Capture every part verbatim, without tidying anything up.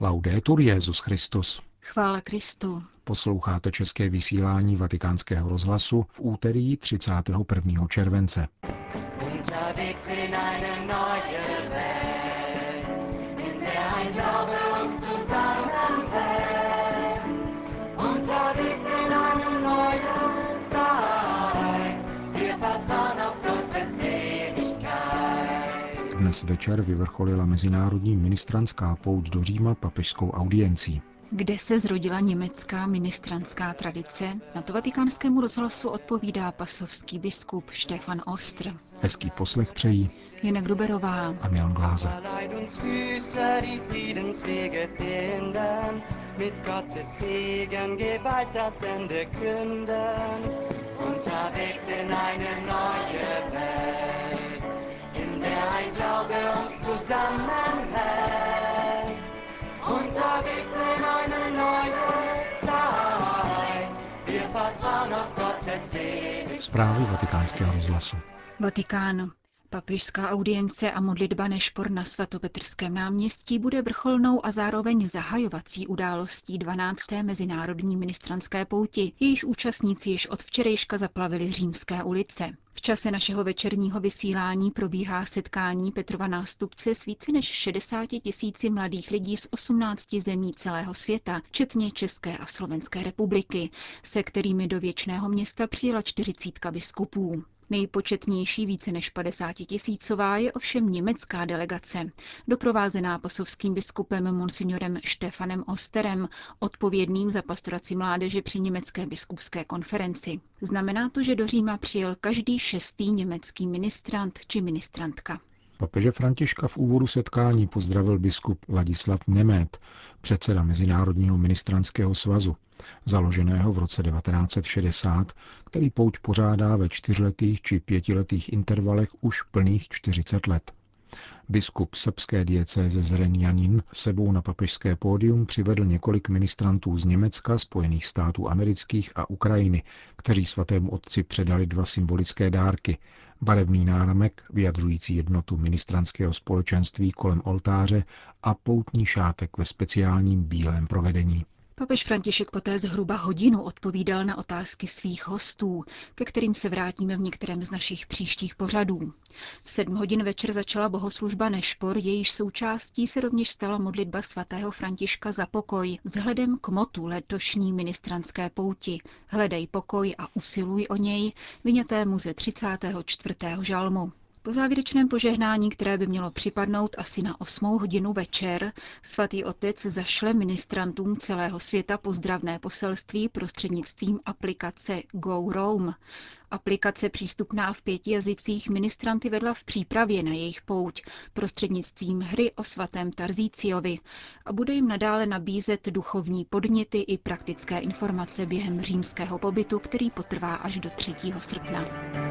Laudetur Jesus Christus. Chvála Kristu. Posloucháte české vysílání Vatikánského rozhlasu v úterý třicátého prvního července. Dnes večer vyvrcholila mezinárodní ministrantská pouť do Říma papežskou audiencí. Kde se zrodila německá ministrantská tradice, na to Vatikánskému rozhlasu odpovídá pasovský biskup Stefan Ostr. Hezký poslech přejí Jana Gruberová a Milan Glázer. Zprávy Vatikánského rozhlasu. Vatikán. Papežská audience a modlitba nešpor na svatopetrském náměstí bude vrcholnou a zároveň zahajovací událostí dvanácté mezinárodní ministrantské pouti, jejíž účastníci již od včerejška zaplavili římské ulice. V čase našeho večerního vysílání probíhá setkání Petrova nástupce s více než šedesáti tisíci mladých lidí z osmnácti zemí celého světa, včetně České a Slovenské republiky, se kterými do věčného města přijela čtyřicítka biskupů. Nejpočetnější více než padesátitisícová je ovšem německá delegace, doprovázená pasovským biskupem monsignorem Stefanem Osterem, odpovědným za pastoraci mládeže při německé biskupské konferenci. Znamená to, že do Říma přijel každý šestý německý ministrant či ministrantka. Papeže Františka v úvodu setkání pozdravil biskup Ladislav Nemet, předseda Mezinárodního ministrantského svazu, založeného v roce devatenáct set šedesát, který pouť pořádá ve čtyřletých či pětiletých intervalech už plných čtyřicet let. Biskup srbské diecéze Zrenjanin sebou na papežské pódium přivedl několik ministrantů z Německa, Spojených států amerických a Ukrajiny, kteří svatému otci předali dva symbolické dárky, barevný náramek vyjadřující jednotu ministrantského společenství kolem oltáře a poutní šátek ve speciálním bílém provedení. Papež František poté zhruba hodinu odpovídal na otázky svých hostů, ke kterým se vrátíme v některém z našich příštích pořadů. V sedm hodin večer začala bohoslužba nešpor, jejíž součástí se rovněž stala modlitba svatého Františka za pokoj, vzhledem k motu letošní ministrantské pouti. Hledej pokoj a usiluj o něj, vyňatému ze třicátého čtvrtého žalmu. Po závěrečném požehnání, které by mělo připadnout asi na osmou hodinu večer, svatý otec zašle ministrantům celého světa pozdravné poselství prostřednictvím aplikace Go Rome. Aplikace přístupná v pěti jazycích ministranty vedla v přípravě na jejich pouť prostřednictvím hry o svatém Tarzíciovi a bude jim nadále nabízet duchovní podněty i praktické informace během římského pobytu, který potrvá až do třetího srpna.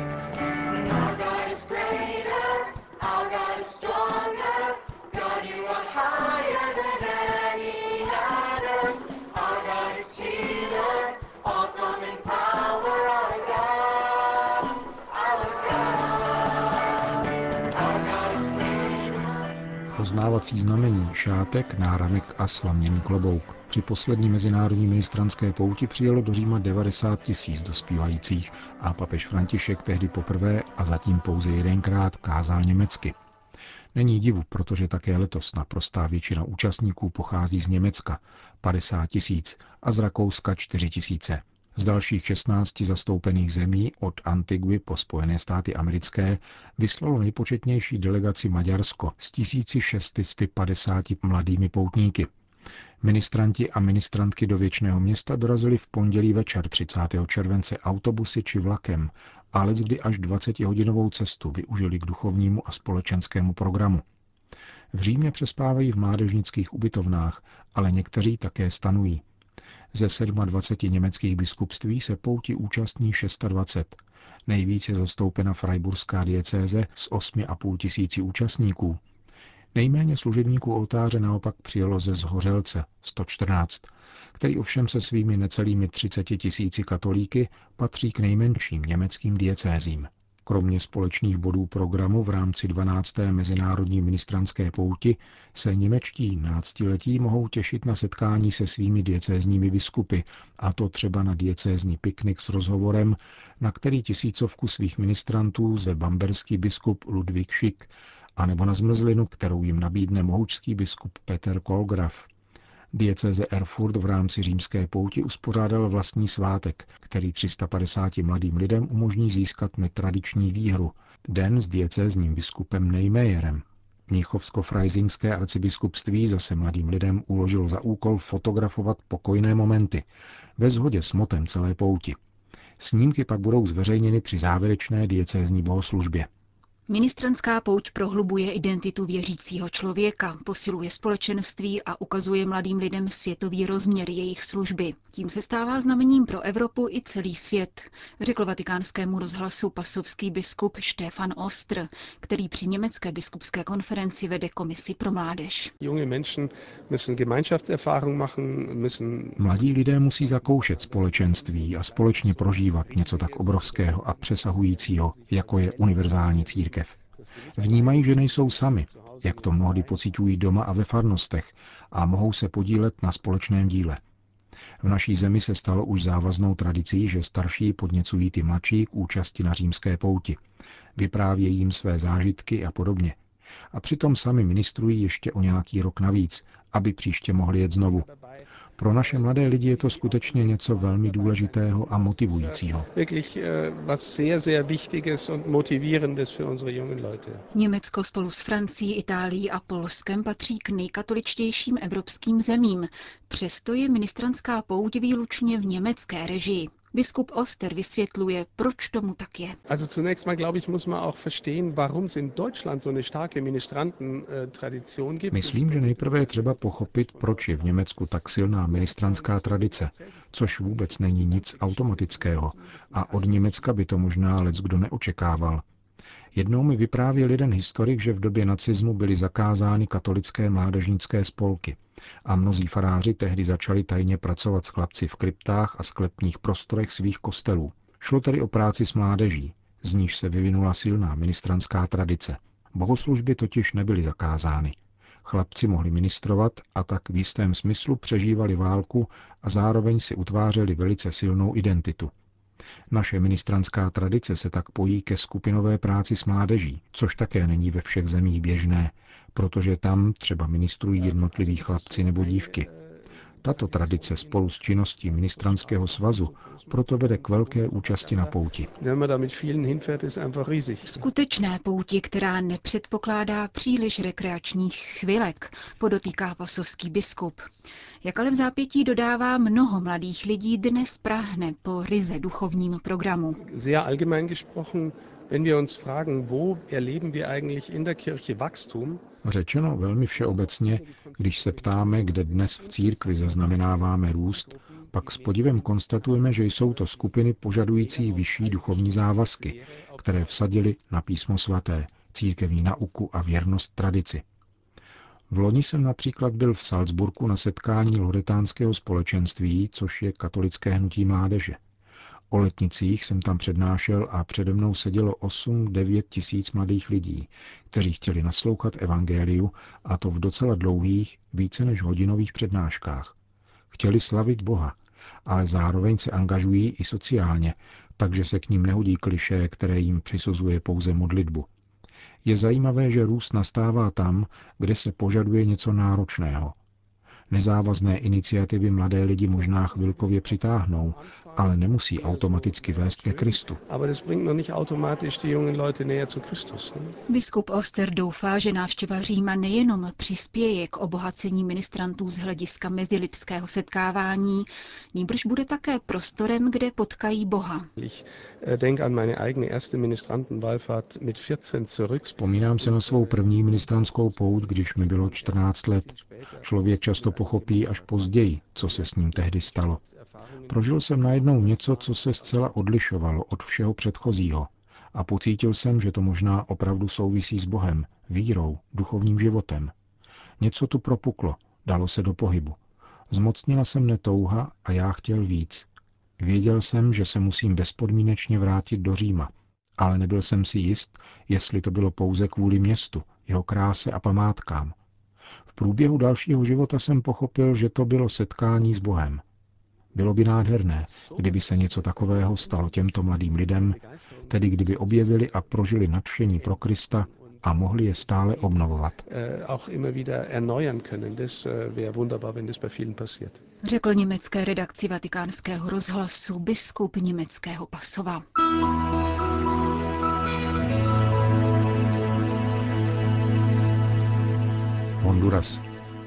Poznávací znamení, šátek, náramek a slaměný klobouk. Při poslední mezinárodní ministrantské pouti přijelo do Říma devadesát tisíc dospívajících a papež František tehdy poprvé a zatím pouze jedenkrát kázal německy. Není divu, protože také letos naprostá většina účastníků pochází z Německa, padesát tisíc, a z Rakouska čtyři tisíce. Z dalších šestnácti zastoupených zemí od Antiguy po Spojené státy americké vyslalo nejpočetnější delegaci Maďarsko s tisíc šest set padesáti mladými poutníky. Ministranti a ministrantky do věčného města dorazili v pondělí večer třicátého července autobusy či vlakem a leckdy až dvacetihodinovou cestu využili k duchovnímu a společenskému programu. V Římě přespávají v mládežnických ubytovnách, ale někteří také stanují. Ze dvaceti sedmi německých biskupství se pouti účastní dvacet šest. Nejvíc je zastoupena Freiburská diecéze s osmi a půl tisíci účastníků. Nejméně služebníků oltáře naopak přijelo ze Zhořelce sto čtrnáct, který ovšem se svými necelými třiceti tisíci katolíky patří k nejmenším německým diecézím. Kromě společných bodů programu v rámci dvanácté mezinárodní ministrantské pouti se němečtí náctiletí mohou těšit na setkání se svými diecézními biskupy, a to třeba na diecézní piknik s rozhovorem, na který tisícovku svých ministrantů zve bamberský biskup Ludvík Schick, anebo na zmrzlinu, kterou jim nabídne mohučský biskup Peter Kolgraf. Diecéze Erfurt v rámci římské pouti uspořádala vlastní svátek, který tři sta padesáti mladým lidem umožní získat netradiční výhru, den s diecézním biskupem Neymeyerem. Mnichovsko-freisingské arcibiskupství zase mladým lidem uložilo za úkol fotografovat pokojné momenty, ve shodě s motem celé pouti. Snímky pak budou zveřejněny při závěrečné diecézní bohoslužbě. Ministrantská pouť prohlubuje identitu věřícího člověka, posiluje společenství a ukazuje mladým lidem světový rozměr jejich služby. Tím se stává znamením pro Evropu i celý svět, řekl vatikánskému rozhlasu pasovský biskup Stefan Ostr, který při německé biskupské konferenci vede komisi pro mládež. Mladí lidé musí zakoušet společenství a společně prožívat něco tak obrovského a přesahujícího, jako je univerzální církev. Vnímají, že nejsou sami, jak to mnohdy pociťují doma a ve farnostech, a mohou se podílet na společném díle. V naší zemi se stalo už závaznou tradicí, že starší podněcují ty mladší k účasti na římské pouti. Vyprávějí jim své zážitky a podobně. A přitom sami ministrují ještě o nějaký rok navíc, aby příště mohli jet znovu. Pro naše mladé lidi je to skutečně něco velmi důležitého a motivujícího. Německo spolu s Francií, Itálií a Polskem patří k nejkatoličtějším evropským zemím. Přesto je ministrantská pouť výlučně v německé režii. Biskup Oster vysvětluje, proč tomu tak je. Myslím, že nejprve je třeba pochopit, proč je v Německu tak silná ministrantská tradice, což vůbec není nic automatického a od Německa by to možná leckdo neočekával. Jednou mi vyprávěl jeden historik, že v době nacismu byly zakázány katolické mládežnické spolky a mnozí faráři tehdy začali tajně pracovat s chlapci v kryptách a sklepních prostorech svých kostelů. Šlo tedy o práci s mládeží, z níž se vyvinula silná ministrantská tradice. Bohoslužby totiž nebyly zakázány. Chlapci mohli ministrovat a tak v jistém smyslu přežívali válku a zároveň si utvářeli velice silnou identitu. Naše ministrantská tradice se tak pojí ke skupinové práci s mládeží, což také není ve všech zemích běžné, protože tam třeba ministrují jednotliví chlapci nebo dívky. Tato tradice spolu s činností ministrantského svazu proto vede k velké účasti na pouti. Skutečné pouti, která nepředpokládá příliš rekreačních chvilek, podotýká pasovský biskup. Jak ale v zápětí dodává, mnoho mladých lidí dnes prahne po ryze duchovním programu. Řečeno velmi všeobecně, když se ptáme, kde dnes v církvi zaznamenáváme růst, pak s podivem konstatujeme, že jsou to skupiny požadující vyšší duchovní závazky, které vsadily na písmo svaté, církevní nauku a věrnost tradici. V loni jsem například byl v Salzburgu na setkání loretánského společenství, což je katolické hnutí mládeže. O letnicích jsem tam přednášel a přede mnou sedělo osm devět tisíc mladých lidí, kteří chtěli naslouchat evangeliu, a to v docela dlouhých, více než hodinových přednáškách. Chtěli slavit Boha, ale zároveň se angažují i sociálně, takže se k nim nehodí klišé, které jim přisuzuje pouze modlitbu. Je zajímavé, že růst nastává tam, kde se požaduje něco náročného. Nezávazné iniciativy mladé lidi možná chvilkově přitáhnou, ale nemusí automaticky vést ke Kristu. Biskup Oster doufá, že návštěva Říma nejenom přispěje k obohacení ministrantů z hlediska mezilidského setkávání, nýbrž bude také prostorem, kde potkají Boha. Vzpomínám se na svou první ministrantskou pouť, když mi bylo čtrnáct let. Člověk často pochopí až později, co se s ním tehdy stalo. Prožil jsem najednou něco, co se zcela odlišovalo od všeho předchozího a pocítil jsem, že to možná opravdu souvisí s Bohem, vírou, duchovním životem. Něco tu propuklo, dalo se do pohybu. Zmocnila se mne touha a já chtěl víc. Věděl jsem, že se musím bezpodmínečně vrátit do Říma ale nebyl jsem si jist, jestli to bylo pouze kvůli městu, jeho kráse a památkám. V průběhu dalšího života jsem pochopil, že to bylo setkání s Bohem. Bylo by nádherné, kdyby se něco takového stalo těmto mladým lidem, tedy kdyby objevili a prožili nadšení pro Krista a mohli je stále obnovovat. Řekl německé redakci Vatikánského rozhlasu biskup německého Pasova. Honduras.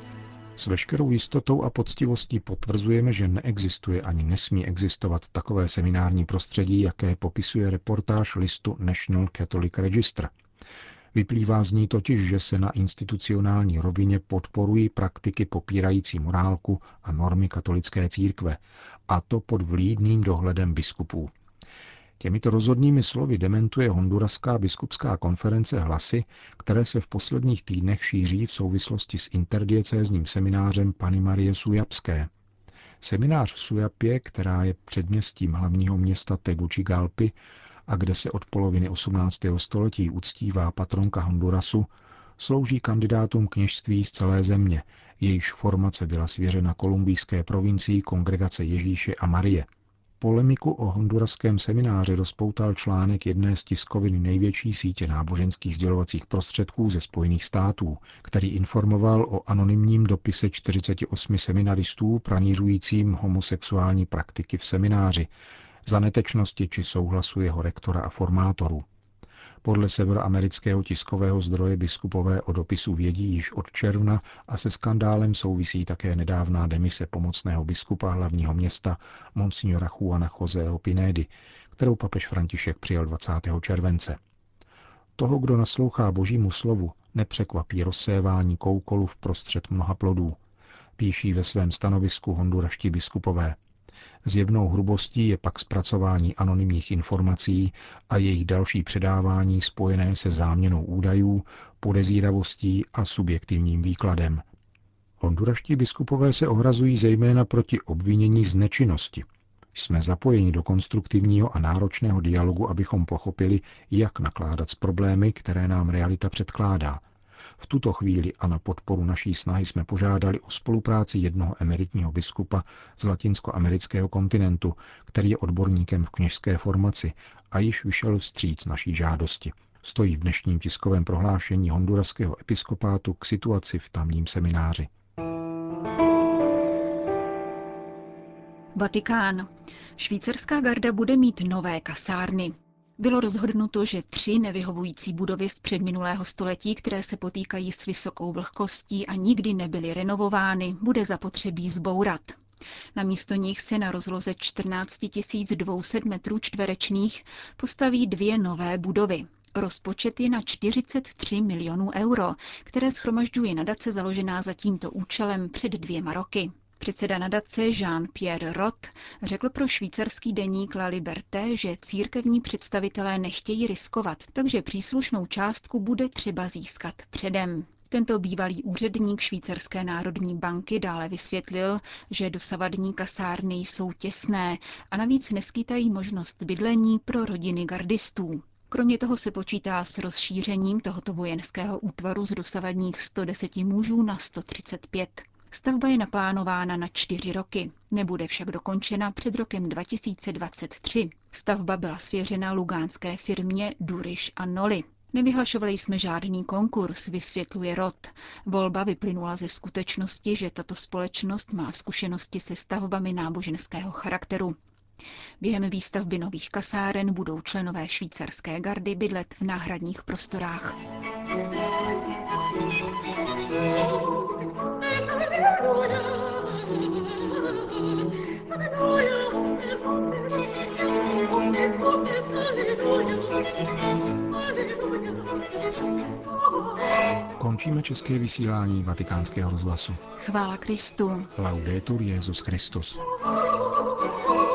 S veškerou jistotou a poctivostí potvrzujeme, že neexistuje ani nesmí existovat takové seminární prostředí, jaké popisuje reportáž listu National Catholic Register. Vyplývá z ní totiž, že se na institucionální rovině podporují praktiky popírající morálku a normy katolické církve, a to pod vlídným dohledem biskupů. Těmito rozhodnými slovy dementuje honduraská biskupská konference hlasy, které se v posledních týdnech šíří v souvislosti s interdiecézním seminářem Panny Marie Sujapské. Seminář v Sujapě, která je předměstím hlavního města Tegucigalpy a kde se od poloviny osmnáctého století uctívá patronka Hondurasu, slouží kandidátům kněžství z celé země, jejíž formace byla svěřena kolumbijské provincii Kongregace Ježíše a Marie. Polemiku o honduraském semináři rozpoutal článek jedné z tiskovin největší sítě náboženských sdělovacích prostředků ze Spojených států, který informoval o anonymním dopise čtyřiceti osmi seminaristů pranířujícím homosexuální praktiky v semináři, za netečnosti či souhlasu jeho rektora a formátorů. Podle severoamerického tiskového zdroje biskupové o dopisu vědí již od června a se skandálem souvisí také nedávná demise pomocného biskupa hlavního města monsignora Juana Joseho Pinedy, kterou papež František přijal dvacátého července. Toho, kdo naslouchá božímu slovu, nepřekvapí rozsévání koukolu v prostřed mnoha plodů, píší ve svém stanovisku honduraští biskupové. Zjevnou hrubostí je pak zpracování anonymních informací a jejich další předávání spojené se záměnou údajů, podezíravostí a subjektivním výkladem. Honduraští biskupové se ohrazují zejména proti obvinění z nečinnosti. Jsme zapojeni do konstruktivního a náročného dialogu, abychom pochopili, jak nakládat s problémy, které nám realita předkládá. V tuto chvíli a na podporu naší snahy jsme požádali o spolupráci jednoho emeritního biskupa z latinskoamerického kontinentu, který je odborníkem v kněžské formaci a již vyšel vstříc naší žádosti. Stojí v dnešním tiskovém prohlášení honduraského episkopátu k situaci v tamním semináři. Vatikán. Švýcarská garda bude mít nové kasárny. Bylo rozhodnuto, že tři nevyhovující budovy z předminulého století, které se potýkají s vysokou vlhkostí a nikdy nebyly renovovány, bude zapotřebí zbourat. Namísto nich se na rozloze čtrnáct tisíc dvě stě metrů čtverečných postaví dvě nové budovy. Rozpočet je na čtyřicet tři milionů euro, které shromažďuje nadace založená za tímto účelem před dvěma roky. Předseda nadace Jean-Pierre Roth řekl pro švýcarský deník La Liberté, že církevní představitelé nechtějí riskovat, takže příslušnou částku bude třeba získat předem. Tento bývalý úředník Švýcarské národní banky dále vysvětlil, že dosavadní kasárny jsou těsné a navíc neskýtají možnost bydlení pro rodiny gardistů. Kromě toho se počítá s rozšířením tohoto vojenského útvaru z dosavadních sto deset mužů na sto třicet pět. Stavba je naplánována na čtyři roky, nebude však dokončena před rokem dva tisíce dvacet tři. Stavba byla svěřena lugánské firmě Duriš a Noli. Nevyhlašovali jsme žádný konkurs, vysvětluje Roth. Volba vyplynula ze skutečnosti, že tato společnost má zkušenosti se stavbami náboženského charakteru. Během výstavby nových kasáren budou členové švýcarské gardy bydlet v náhradních prostorách. Končíme české vysílání Vatikánského rozhlasu. Chvála Kristu. Laudetur Jesus Christus.